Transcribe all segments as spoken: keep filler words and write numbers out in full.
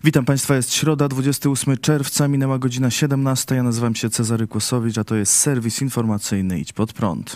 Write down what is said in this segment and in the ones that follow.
Witam Państwa, jest środa, dwudziestego ósmego czerwca, minęła godzina siedemnasta. Ja nazywam się Cezary Kłosowicz, a to jest serwis informacyjny Idź Pod Prąd.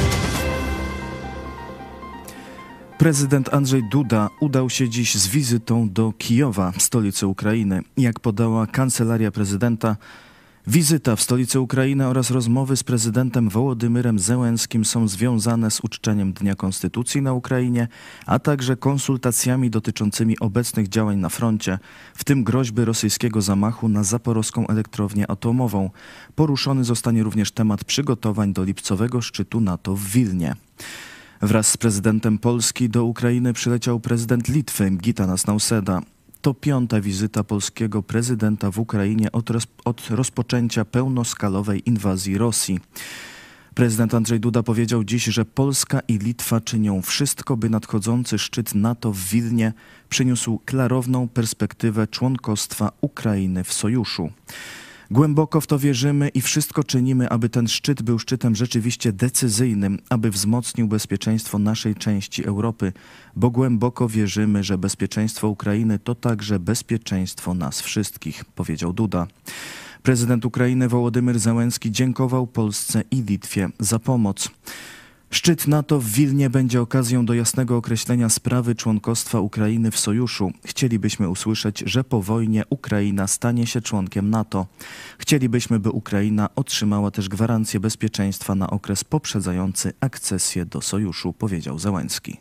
Prezydent Andrzej Duda udał się dziś z wizytą do Kijowa, stolicy Ukrainy. Jak podała Kancelaria Prezydenta, wizyta w stolicy Ukrainy oraz rozmowy z prezydentem Wołodymyrem Zełenskim są związane z uczczeniem Dnia Konstytucji na Ukrainie, a także konsultacjami dotyczącymi obecnych działań na froncie, w tym groźby rosyjskiego zamachu na zaporowską elektrownię atomową. Poruszony zostanie również temat przygotowań do lipcowego szczytu NATO w Wilnie. Wraz z prezydentem Polski do Ukrainy przyleciał prezydent Litwy Gitanas Nausėda. To piąta wizyta polskiego prezydenta w Ukrainie od, roz, od rozpoczęcia pełnoskalowej inwazji Rosji. Prezydent Andrzej Duda powiedział dziś, że Polska i Litwa czynią wszystko, by nadchodzący szczyt NATO w Wilnie przyniósł klarowną perspektywę członkostwa Ukrainy w sojuszu. Głęboko w to wierzymy i wszystko czynimy, aby ten szczyt był szczytem rzeczywiście decyzyjnym, aby wzmocnił bezpieczeństwo naszej części Europy, bo głęboko wierzymy, że bezpieczeństwo Ukrainy to także bezpieczeństwo nas wszystkich, powiedział Duda. Prezydent Ukrainy Wołodymyr Zełenski dziękował Polsce i Litwie za pomoc. Szczyt NATO w Wilnie będzie okazją do jasnego określenia sprawy członkostwa Ukrainy w sojuszu. Chcielibyśmy usłyszeć, że po wojnie Ukraina stanie się członkiem NATO. Chcielibyśmy, by Ukraina otrzymała też gwarancję bezpieczeństwa na okres poprzedzający akcesję do sojuszu, powiedział Zełenski.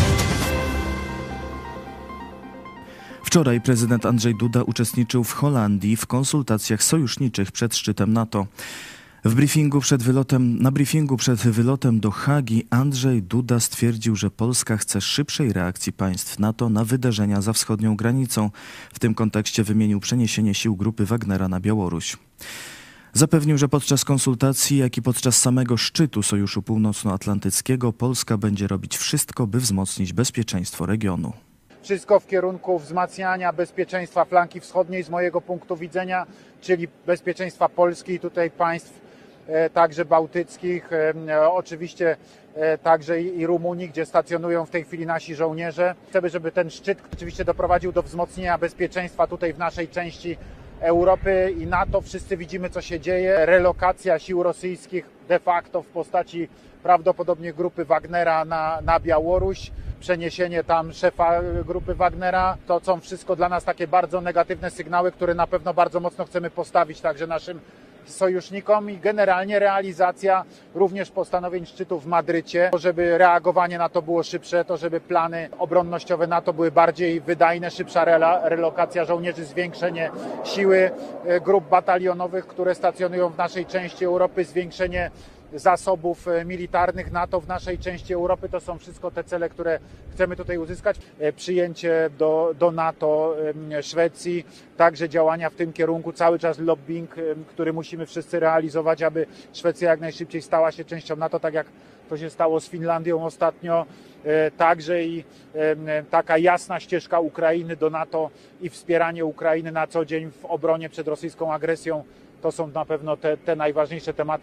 Wczoraj prezydent Andrzej Duda uczestniczył w Holandii w konsultacjach sojuszniczych przed szczytem NATO. W briefingu przed wylotem, na briefingu przed wylotem do Hagi Andrzej Duda stwierdził, że Polska chce szybszej reakcji państw NATO na wydarzenia za wschodnią granicą. W tym kontekście wymienił przeniesienie sił grupy Wagnera na Białoruś. Zapewnił, że podczas konsultacji, jak i podczas samego szczytu Sojuszu Północnoatlantyckiego Polska będzie robić wszystko, by wzmocnić bezpieczeństwo regionu. Wszystko w kierunku wzmacniania bezpieczeństwa flanki wschodniej z mojego punktu widzenia, czyli bezpieczeństwa Polski i tutaj państw e, także bałtyckich, e, oczywiście e, także i, i Rumunii, gdzie stacjonują w tej chwili nasi żołnierze. Chcemy, żeby ten szczyt oczywiście doprowadził do wzmocnienia bezpieczeństwa tutaj w naszej części Europy i NATO. Wszyscy widzimy, co się dzieje. Relokacja sił rosyjskich de facto w postaci prawdopodobnie grupy Wagnera na, na Białoruś. Przeniesienie tam szefa grupy Wagnera, to są wszystko dla nas takie bardzo negatywne sygnały, które na pewno bardzo mocno chcemy postawić także naszym sojusznikom i generalnie realizacja również postanowień szczytu w Madrycie, żeby reagowanie na to było szybsze, to żeby plany obronnościowe NATO były bardziej wydajne, szybsza relokacja żołnierzy, zwiększenie siły grup batalionowych, które stacjonują w naszej części Europy, zwiększenie zasobów militarnych NATO w naszej części Europy. To są wszystko te cele, które chcemy tutaj uzyskać. Przyjęcie do, do NATO Szwecji, także działania w tym kierunku, cały czas lobbying, który musimy wszyscy realizować, aby Szwecja jak najszybciej stała się częścią NATO, tak jak to się stało z Finlandią ostatnio. Także i taka jasna ścieżka Ukrainy do NATO i wspieranie Ukrainy na co dzień w obronie przed rosyjską agresją. To są na pewno te, te najważniejsze tematy.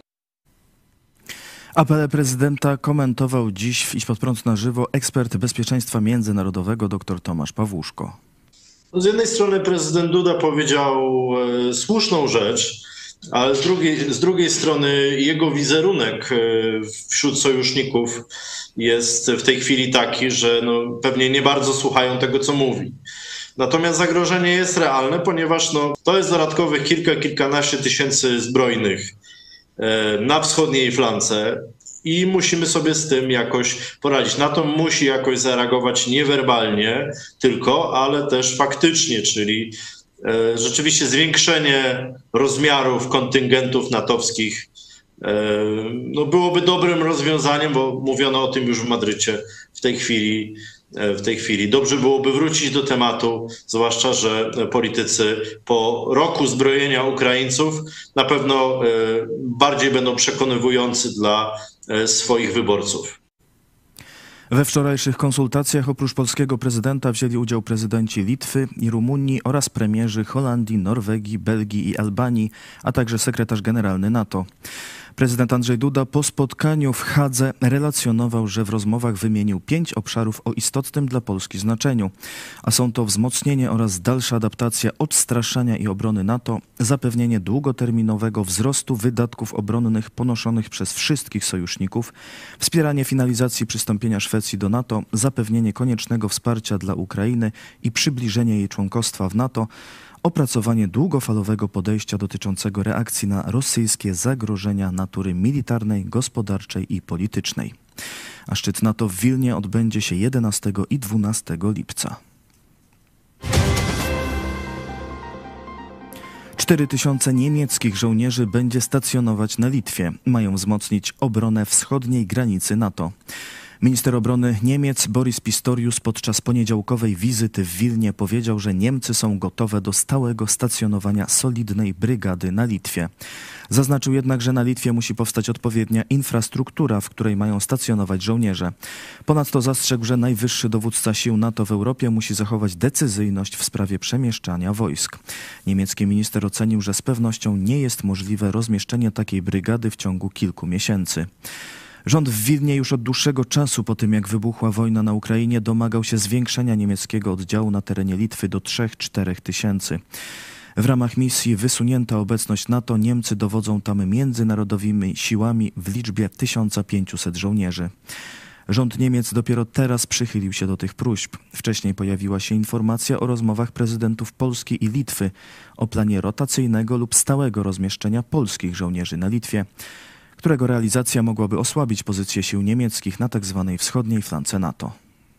Apele prezydenta komentował dziś w Idź Pod Prąd na żywo ekspert bezpieczeństwa międzynarodowego dr Tomasz Pawłuszko. Z jednej strony prezydent Duda powiedział e, słuszną rzecz, ale z drugiej, z drugiej strony jego wizerunek e, wśród sojuszników jest w tej chwili taki, że no, pewnie nie bardzo słuchają tego, co mówi. Natomiast zagrożenie jest realne, ponieważ no, to jest dodatkowych kilka, kilkanaście tysięcy zbrojnych na wschodniej flance i musimy sobie z tym jakoś poradzić. NATO musi jakoś zareagować nie werbalnie tylko, ale też faktycznie, czyli e, rzeczywiście zwiększenie rozmiarów kontyngentów natowskich e, no byłoby dobrym rozwiązaniem, bo mówiono o tym już w Madrycie w tej chwili. W tej chwili. Dobrze byłoby wrócić do tematu, zwłaszcza że politycy po roku zbrojenia Ukraińców na pewno bardziej będą przekonywujący dla swoich wyborców. We wczorajszych konsultacjach oprócz polskiego prezydenta wzięli udział prezydenci Litwy i Rumunii oraz premierzy Holandii, Norwegii, Belgii i Albanii, a także sekretarz generalny NATO. Prezydent Andrzej Duda po spotkaniu w Hadze relacjonował, że w rozmowach wymienił pięć obszarów o istotnym dla Polski znaczeniu, a są to wzmocnienie oraz dalsza adaptacja odstraszania i obrony NATO, zapewnienie długoterminowego wzrostu wydatków obronnych ponoszonych przez wszystkich sojuszników, wspieranie finalizacji przystąpienia Szwecji do NATO, zapewnienie koniecznego wsparcia dla Ukrainy i przybliżenie jej członkostwa w NATO, opracowanie długofalowego podejścia dotyczącego reakcji na rosyjskie zagrożenia natury militarnej, gospodarczej i politycznej. A szczyt NATO w Wilnie odbędzie się jedenastego i dwunastego lipca. cztery tysiące niemieckich żołnierzy będzie stacjonować na Litwie. Mają wzmocnić obronę wschodniej granicy NATO. Minister obrony Niemiec Boris Pistorius podczas poniedziałkowej wizyty w Wilnie powiedział, że Niemcy są gotowe do stałego stacjonowania solidnej brygady na Litwie. Zaznaczył jednak, że na Litwie musi powstać odpowiednia infrastruktura, w której mają stacjonować żołnierze. Ponadto zastrzegł, że najwyższy dowódca sił NATO w Europie musi zachować decyzyjność w sprawie przemieszczania wojsk. Niemiecki minister ocenił, że z pewnością nie jest możliwe rozmieszczenie takiej brygady w ciągu kilku miesięcy. Rząd w Wilnie już od dłuższego czasu po tym, jak wybuchła wojna na Ukrainie, domagał się zwiększenia niemieckiego oddziału na terenie Litwy do trzech do czterech tysięcy. W ramach misji Wysunięta obecność NATO Niemcy dowodzą tam międzynarodowymi siłami w liczbie tysiąc pięćset żołnierzy. Rząd Niemiec dopiero teraz przychylił się do tych próśb. Wcześniej pojawiła się informacja o rozmowach prezydentów Polski i Litwy o planie rotacyjnego lub stałego rozmieszczenia polskich żołnierzy na Litwie, którego realizacja mogłaby osłabić pozycję sił niemieckich na tzw. wschodniej flance NATO.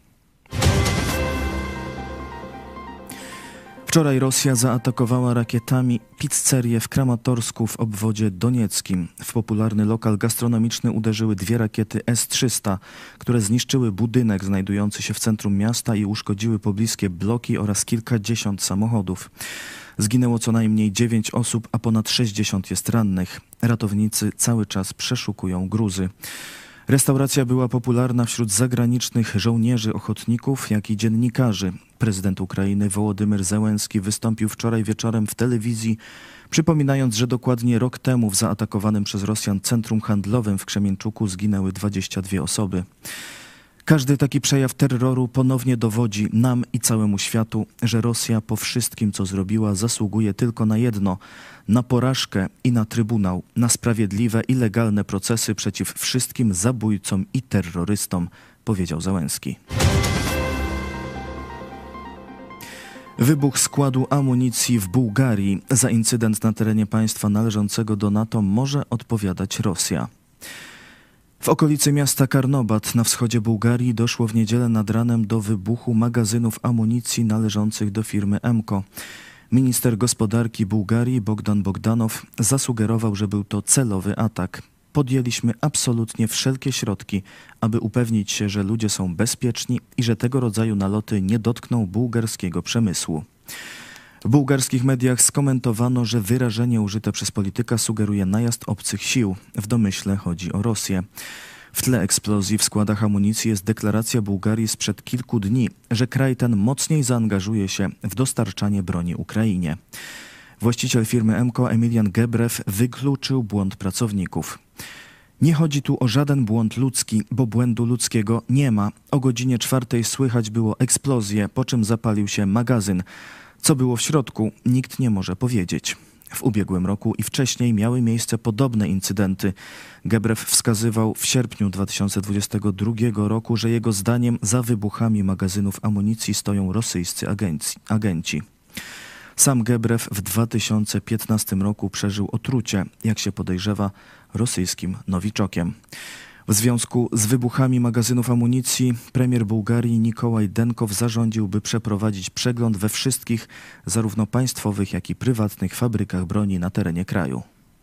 Wczoraj Rosja zaatakowała rakietami pizzerię w Kramatorsku w obwodzie donieckim. W popularny lokal gastronomiczny uderzyły dwie rakiety S trzysta, które zniszczyły budynek znajdujący się w centrum miasta i uszkodziły pobliskie bloki oraz kilkadziesiąt samochodów. Zginęło co najmniej dziewięć osób, a ponad sześćdziesiąt jest rannych. Ratownicy cały czas przeszukują gruzy. Restauracja była popularna wśród zagranicznych żołnierzy, ochotników, jak i dziennikarzy. Prezydent Ukrainy Wołodymyr Zełenski wystąpił wczoraj wieczorem w telewizji, przypominając, że dokładnie rok temu w zaatakowanym przez Rosjan centrum handlowym w Krzemieńczuku zginęły dwadzieścia dwie osoby. Każdy taki przejaw terroru ponownie dowodzi nam i całemu światu, że Rosja po wszystkim, co zrobiła, zasługuje tylko na jedno – na porażkę i na trybunał, na sprawiedliwe i legalne procesy przeciw wszystkim zabójcom i terrorystom, powiedział Zełenski. Wybuch składu amunicji w Bułgarii. Za incydent na terenie państwa należącego do NATO może odpowiadać Rosja. W okolicy miasta Karnobat na wschodzie Bułgarii doszło w niedzielę nad ranem do wybuchu magazynów amunicji należących do firmy Emco. Minister gospodarki Bułgarii Bogdan Bogdanow zasugerował, że był to celowy atak. Podjęliśmy absolutnie wszelkie środki, aby upewnić się, że ludzie są bezpieczni i że tego rodzaju naloty nie dotkną bułgarskiego przemysłu. W bułgarskich mediach skomentowano, że wyrażenie użyte przez polityka sugeruje najazd obcych sił. W domyśle chodzi o Rosję. W tle eksplozji w składach amunicji jest deklaracja Bułgarii sprzed kilku dni, że kraj ten mocniej zaangażuje się w dostarczanie broni Ukrainie. Właściciel firmy Emco Emilian Gebrew wykluczył błąd pracowników. Nie chodzi tu o żaden błąd ludzki, bo błędu ludzkiego nie ma. O godzinie czwartej słychać było eksplozję, po czym zapalił się magazyn. Co było w środku, nikt nie może powiedzieć. W ubiegłym roku i wcześniej miały miejsce podobne incydenty. Gebrew wskazywał w sierpniu dwa tysiące dwudziestego drugiego roku, że jego zdaniem za wybuchami magazynów amunicji stoją rosyjscy agenci. agenci. Sam Gebrew w dwa tysiące piętnastym roku przeżył otrucie, jak się podejrzewa, rosyjskim nowiczokiem. W związku z wybuchami magazynów amunicji premier Bułgarii Nikołaj Denkow zarządził, by przeprowadzić przegląd we wszystkich, zarówno państwowych, jak i prywatnych fabrykach broni na terenie kraju.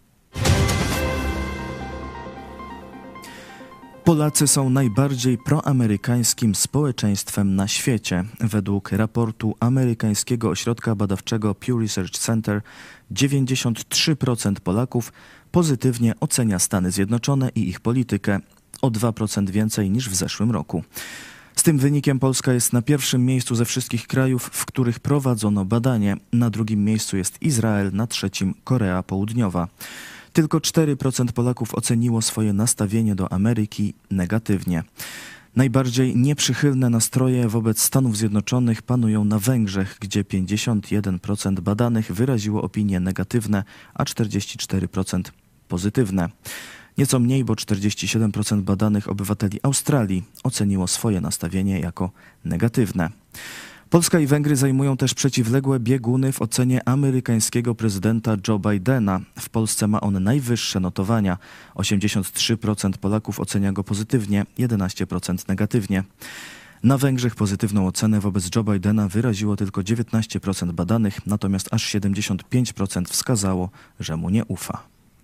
Polacy są najbardziej proamerykańskim społeczeństwem na świecie. Według raportu amerykańskiego ośrodka badawczego Pew Research Center dziewięćdziesiąt trzy procent Polaków pozytywnie ocenia Stany Zjednoczone i ich politykę, o dwa procent więcej niż w zeszłym roku. Z tym wynikiem Polska jest na pierwszym miejscu ze wszystkich krajów, w których prowadzono badanie. Na drugim miejscu jest Izrael, na trzecim Korea Południowa. Tylko cztery procent Polaków oceniło swoje nastawienie do Ameryki negatywnie. Najbardziej nieprzychylne nastroje wobec Stanów Zjednoczonych panują na Węgrzech, gdzie pięćdziesiąt jeden procent badanych wyraziło opinie negatywne, a czterdzieści cztery procent pozytywne. Nieco mniej, bo czterdzieści siedem procent badanych obywateli Australii oceniło swoje nastawienie jako negatywne. Polska i Węgry zajmują też przeciwległe bieguny w ocenie amerykańskiego prezydenta Joe Bidena. W Polsce ma on najwyższe notowania. osiemdziesiąt trzy procent Polaków ocenia go pozytywnie, jedenaście procent negatywnie. Na Węgrzech pozytywną ocenę wobec Joe Bidena wyraziło tylko dziewiętnaście procent badanych, natomiast aż siedemdziesiąt pięć procent wskazało, że mu nie ufa.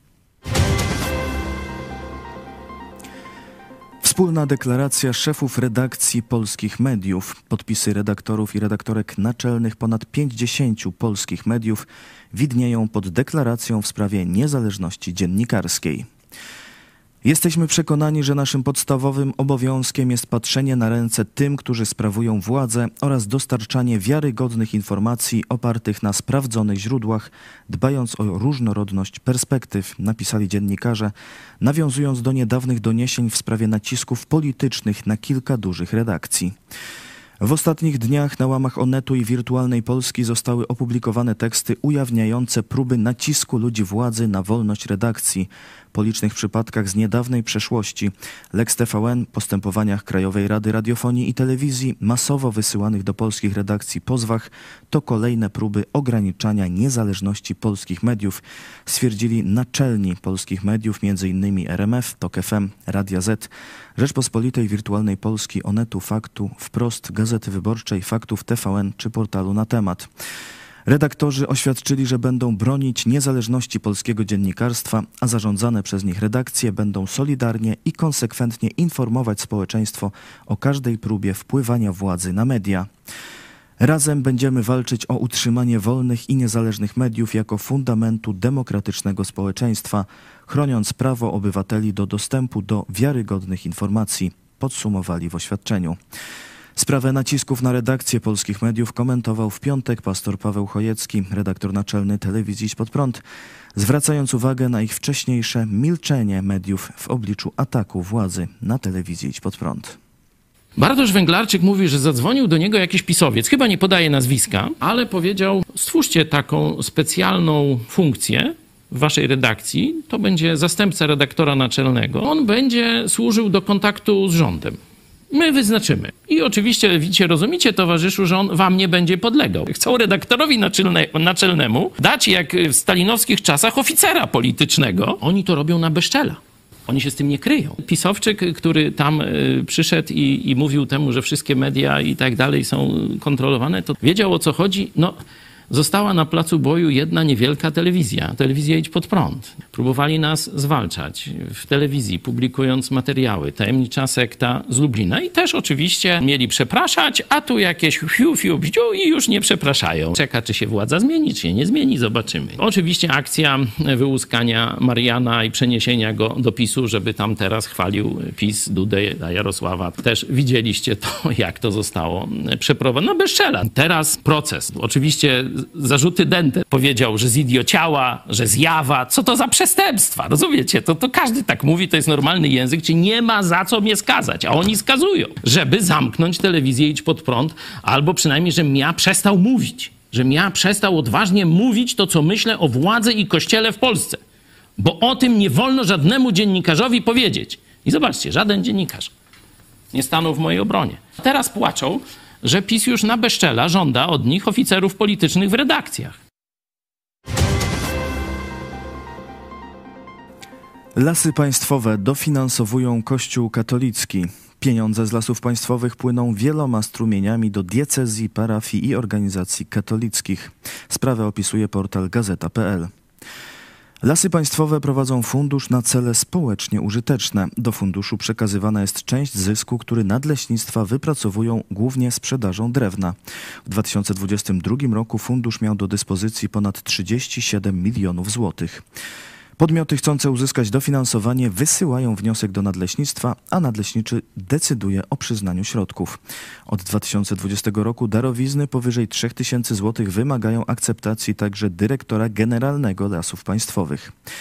Wspólna deklaracja szefów redakcji polskich mediów. Podpisy redaktorów i redaktorek naczelnych ponad pięćdziesięciu polskich mediów widnieją pod deklaracją w sprawie niezależności dziennikarskiej. Jesteśmy przekonani, że naszym podstawowym obowiązkiem jest patrzenie na ręce tym, którzy sprawują władzę oraz dostarczanie wiarygodnych informacji opartych na sprawdzonych źródłach, dbając o różnorodność perspektyw, napisali dziennikarze, nawiązując do niedawnych doniesień w sprawie nacisków politycznych na kilka dużych redakcji. W ostatnich dniach na łamach Onetu i Wirtualnej Polski zostały opublikowane teksty ujawniające próby nacisku ludzi władzy na wolność redakcji. Po licznych przypadkach z niedawnej przeszłości, Lex T V N, postępowaniach Krajowej Rady Radiofonii i Telewizji, masowo wysyłanych do polskich redakcji pozwach, to kolejne próby ograniczania niezależności polskich mediów, stwierdzili naczelni polskich mediów, m.in. R M F, Tok F M, Radia Z, Rzeczpospolitej, Wirtualnej Polski, Onetu, Faktu, Wprost, Gazety Wyborczej, Faktów T V N czy portalu Na Temat. Redaktorzy oświadczyli, że będą bronić niezależności polskiego dziennikarstwa, a zarządzane przez nich redakcje będą solidarnie i konsekwentnie informować społeczeństwo o każdej próbie wpływania władzy na media. Razem będziemy walczyć o utrzymanie wolnych i niezależnych mediów jako fundamentu demokratycznego społeczeństwa, chroniąc prawo obywateli do dostępu do wiarygodnych informacji, podsumowali w oświadczeniu. Sprawę nacisków na redakcję polskich mediów komentował w piątek pastor Paweł Chojecki, redaktor naczelny telewizji Idź Pod Prąd, zwracając uwagę na ich wcześniejsze milczenie mediów w obliczu ataku władzy na telewizję Idź Pod Prąd. Bartosz Węglarczyk mówi, że zadzwonił do niego jakiś pisowiec, chyba nie podaje nazwiska, ale powiedział: stwórzcie taką specjalną funkcję w waszej redakcji, to będzie zastępca redaktora naczelnego. On będzie służył do kontaktu z rządem. My wyznaczymy. I oczywiście, widzicie, rozumiecie, towarzyszu, że on wam nie będzie podlegał. Chcą redaktorowi naczelne, naczelnemu dać, jak w stalinowskich czasach, oficera politycznego. Oni to robią na bezczela. Oni się z tym nie kryją. Pisowczyk, który tam y, przyszedł i, i mówił temu, że wszystkie media i tak dalej są kontrolowane, to wiedział, o co chodzi. No, została na placu boju jedna niewielka telewizja. Telewizja Idź Pod Prąd. Próbowali nas zwalczać w telewizji, publikując materiały. Tajemnicza sekta z Lublina. I też oczywiście mieli przepraszać, a tu jakieś fiu, fiu, bziu i już nie przepraszają. Czeka, czy się władza zmieni, czy się nie zmieni, zobaczymy. Oczywiście akcja wyłuskania Mariana i przeniesienia go do PiSu, żeby tam teraz chwalił PiS, Dudę, Jarosława. Też widzieliście to, jak to zostało przeprowadzone. No bezczela. Teraz proces. Oczywiście zarzuty Dente powiedział, że zidiociała, że zjawa. Co to za przestępstwa? Rozumiecie? To, to każdy tak mówi, to jest normalny język, czyli nie ma za co mnie skazać, a oni skazują, żeby zamknąć telewizję Idź Pod Prąd, albo przynajmniej, żebym ja przestał mówić, żebym ja przestał odważnie mówić to, co myślę o władzy i kościele w Polsce. Bo o tym nie wolno żadnemu dziennikarzowi powiedzieć. I zobaczcie, żaden dziennikarz nie stanął w mojej obronie. Teraz płaczą, że PiS już na bezczela żąda od nich oficerów politycznych w redakcjach. Lasy Państwowe dofinansowują Kościół katolicki. Pieniądze z Lasów Państwowych płyną wieloma strumieniami do diecezji, parafii i organizacji katolickich. Sprawę opisuje portal gazeta kropka pe el. Lasy Państwowe prowadzą fundusz na cele społecznie użyteczne. Do funduszu przekazywana jest część zysku, który nadleśnictwa wypracowują głównie sprzedażą drewna. W dwa tysiące dwudziestym drugim roku fundusz miał do dyspozycji ponad trzydzieści siedem milionów złotych. Podmioty chcące uzyskać dofinansowanie wysyłają wniosek do nadleśnictwa, a nadleśniczy decyduje o przyznaniu środków. Od dwa tysiące dwudziestego roku darowizny powyżej trzy tysiące złotych wymagają akceptacji także dyrektora generalnego Lasów Państwowych.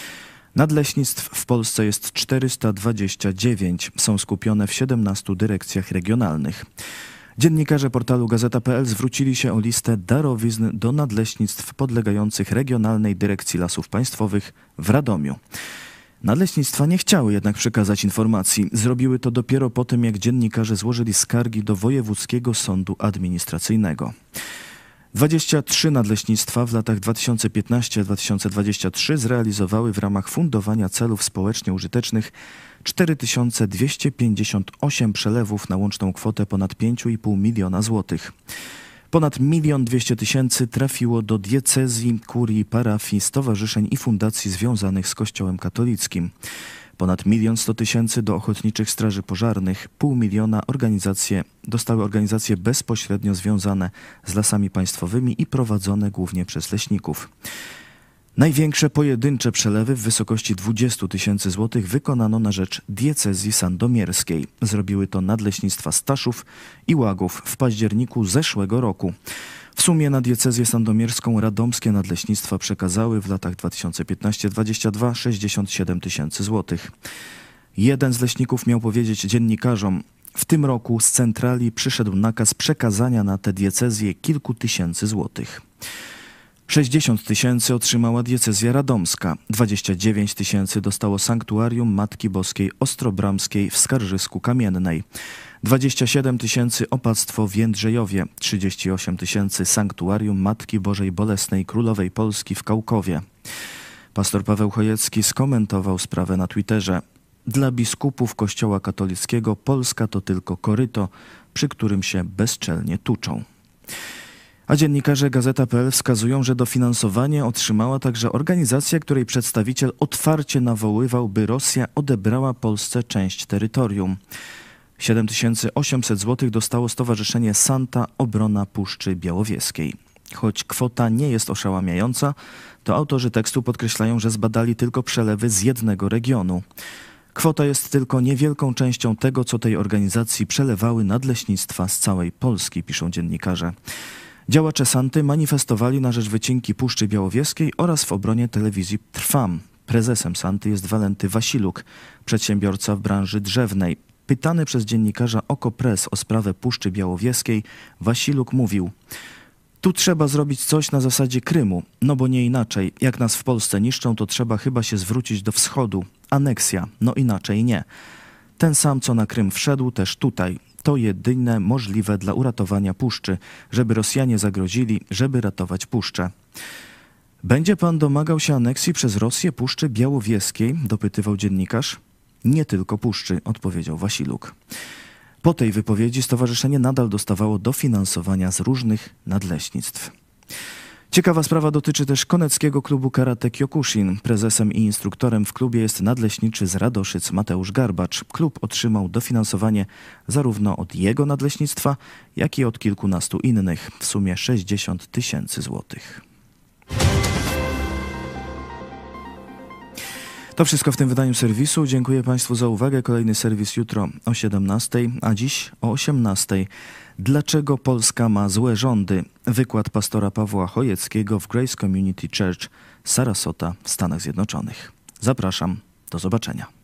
Nadleśnictw w Polsce jest czterysta dwadzieścia dziewięć. Są skupione w siedemnastu dyrekcjach regionalnych. Dziennikarze portalu Gazeta kropka pe el zwrócili się o listę darowizn do nadleśnictw podlegających Regionalnej Dyrekcji Lasów Państwowych w Radomiu. Nadleśnictwa nie chciały jednak przekazać informacji. Zrobiły to dopiero po tym, jak dziennikarze złożyli skargi do Wojewódzkiego Sądu Administracyjnego. dwadzieścia trzy nadleśnictwa w latach dwa tysiące piętnasty do dwa tysiące dwudziestego trzeciego zrealizowały w ramach fundowania celów społecznie użytecznych cztery tysiące dwieście pięćdziesiąt osiem przelewów na łączną kwotę ponad pięć i pół miliona złotych. Ponad milion dwieście tysięcy trafiło do diecezji, kurii, parafii, stowarzyszeń i fundacji związanych z Kościołem katolickim. Ponad milion sto tysięcy do ochotniczych straży pożarnych, pół miliona organizacje, dostały organizacje bezpośrednio związane z lasami państwowymi i prowadzone głównie przez leśników. Największe pojedyncze przelewy w wysokości dwadzieścia tysięcy złotych wykonano na rzecz diecezji sandomierskiej. Zrobiły to nadleśnictwa Staszów i Łagów w październiku zeszłego roku. W sumie na diecezję sandomierską radomskie nadleśnictwa przekazały w latach dwa tysiące piętnasty do dwudziestego drugiego sześćdziesiąt siedem tysięcy złotych. Jeden z leśników miał powiedzieć dziennikarzom: w tym roku z centrali przyszedł nakaz przekazania na tę diecezję kilku tysięcy złotych. sześćdziesiąt tysięcy otrzymała diecezja radomska, dwadzieścia dziewięć tysięcy dostało Sanktuarium Matki Boskiej Ostrobramskiej w Skarżysku Kamiennej, dwadzieścia siedem tysięcy opactwo w Jędrzejowie, trzydzieści osiem tysięcy Sanktuarium Matki Bożej Bolesnej Królowej Polski w Kałkowie. Pastor Paweł Chojecki skomentował sprawę na Twitterze: dla biskupów Kościoła katolickiego Polska to tylko koryto, przy którym się bezczelnie tuczą. A dziennikarze Gazeta kropka pe el wskazują, że dofinansowanie otrzymała także organizacja, której przedstawiciel otwarcie nawoływał, by Rosja odebrała Polsce część terytorium. siedem tysięcy osiemset złotych dostało Stowarzyszenie Santa Obrona Puszczy Białowieskiej. Choć kwota nie jest oszałamiająca, to autorzy tekstu podkreślają, że zbadali tylko przelewy z jednego regionu. Kwota jest tylko niewielką częścią tego, co tej organizacji przelewały nadleśnictwa z całej Polski, piszą dziennikarze. Działacze Santy manifestowali na rzecz wycinki Puszczy Białowieskiej oraz w obronie telewizji Trwam. Prezesem Santy jest Walenty Wasiluk, przedsiębiorca w branży drzewnej. Pytany przez dziennikarza Okopres o sprawę Puszczy Białowieskiej, Wasiluk mówił: tu trzeba zrobić coś na zasadzie Krymu, no bo nie inaczej. Jak nas w Polsce niszczą, to trzeba chyba się zwrócić do wschodu. Aneksja, no inaczej nie. Ten sam, co na Krym wszedł, też tutaj. To jedyne możliwe dla uratowania Puszczy, żeby Rosjanie zagrozili, żeby ratować Puszczę. Będzie pan domagał się aneksji przez Rosję Puszczy Białowieskiej? Dopytywał dziennikarz. Nie tylko Puszczy, odpowiedział Wasiluk. Po tej wypowiedzi stowarzyszenie nadal dostawało dofinansowania z różnych nadleśnictw. Ciekawa sprawa dotyczy też koneckiego klubu karate Kyokushin. Prezesem i instruktorem w klubie jest nadleśniczy z Radoszyc Mateusz Garbacz. Klub otrzymał dofinansowanie zarówno od jego nadleśnictwa, jak i od kilkunastu innych, w sumie sześćdziesiąt tysięcy złotych. To wszystko w tym wydaniu serwisu. Dziękuję Państwu za uwagę. Kolejny serwis jutro o siedemnastej, a dziś o osiemnastej. Dlaczego Polska ma złe rządy? Wykład pastora Pawła Chojeckiego w Grace Community Church Sarasota w Stanach Zjednoczonych. Zapraszam. Do zobaczenia.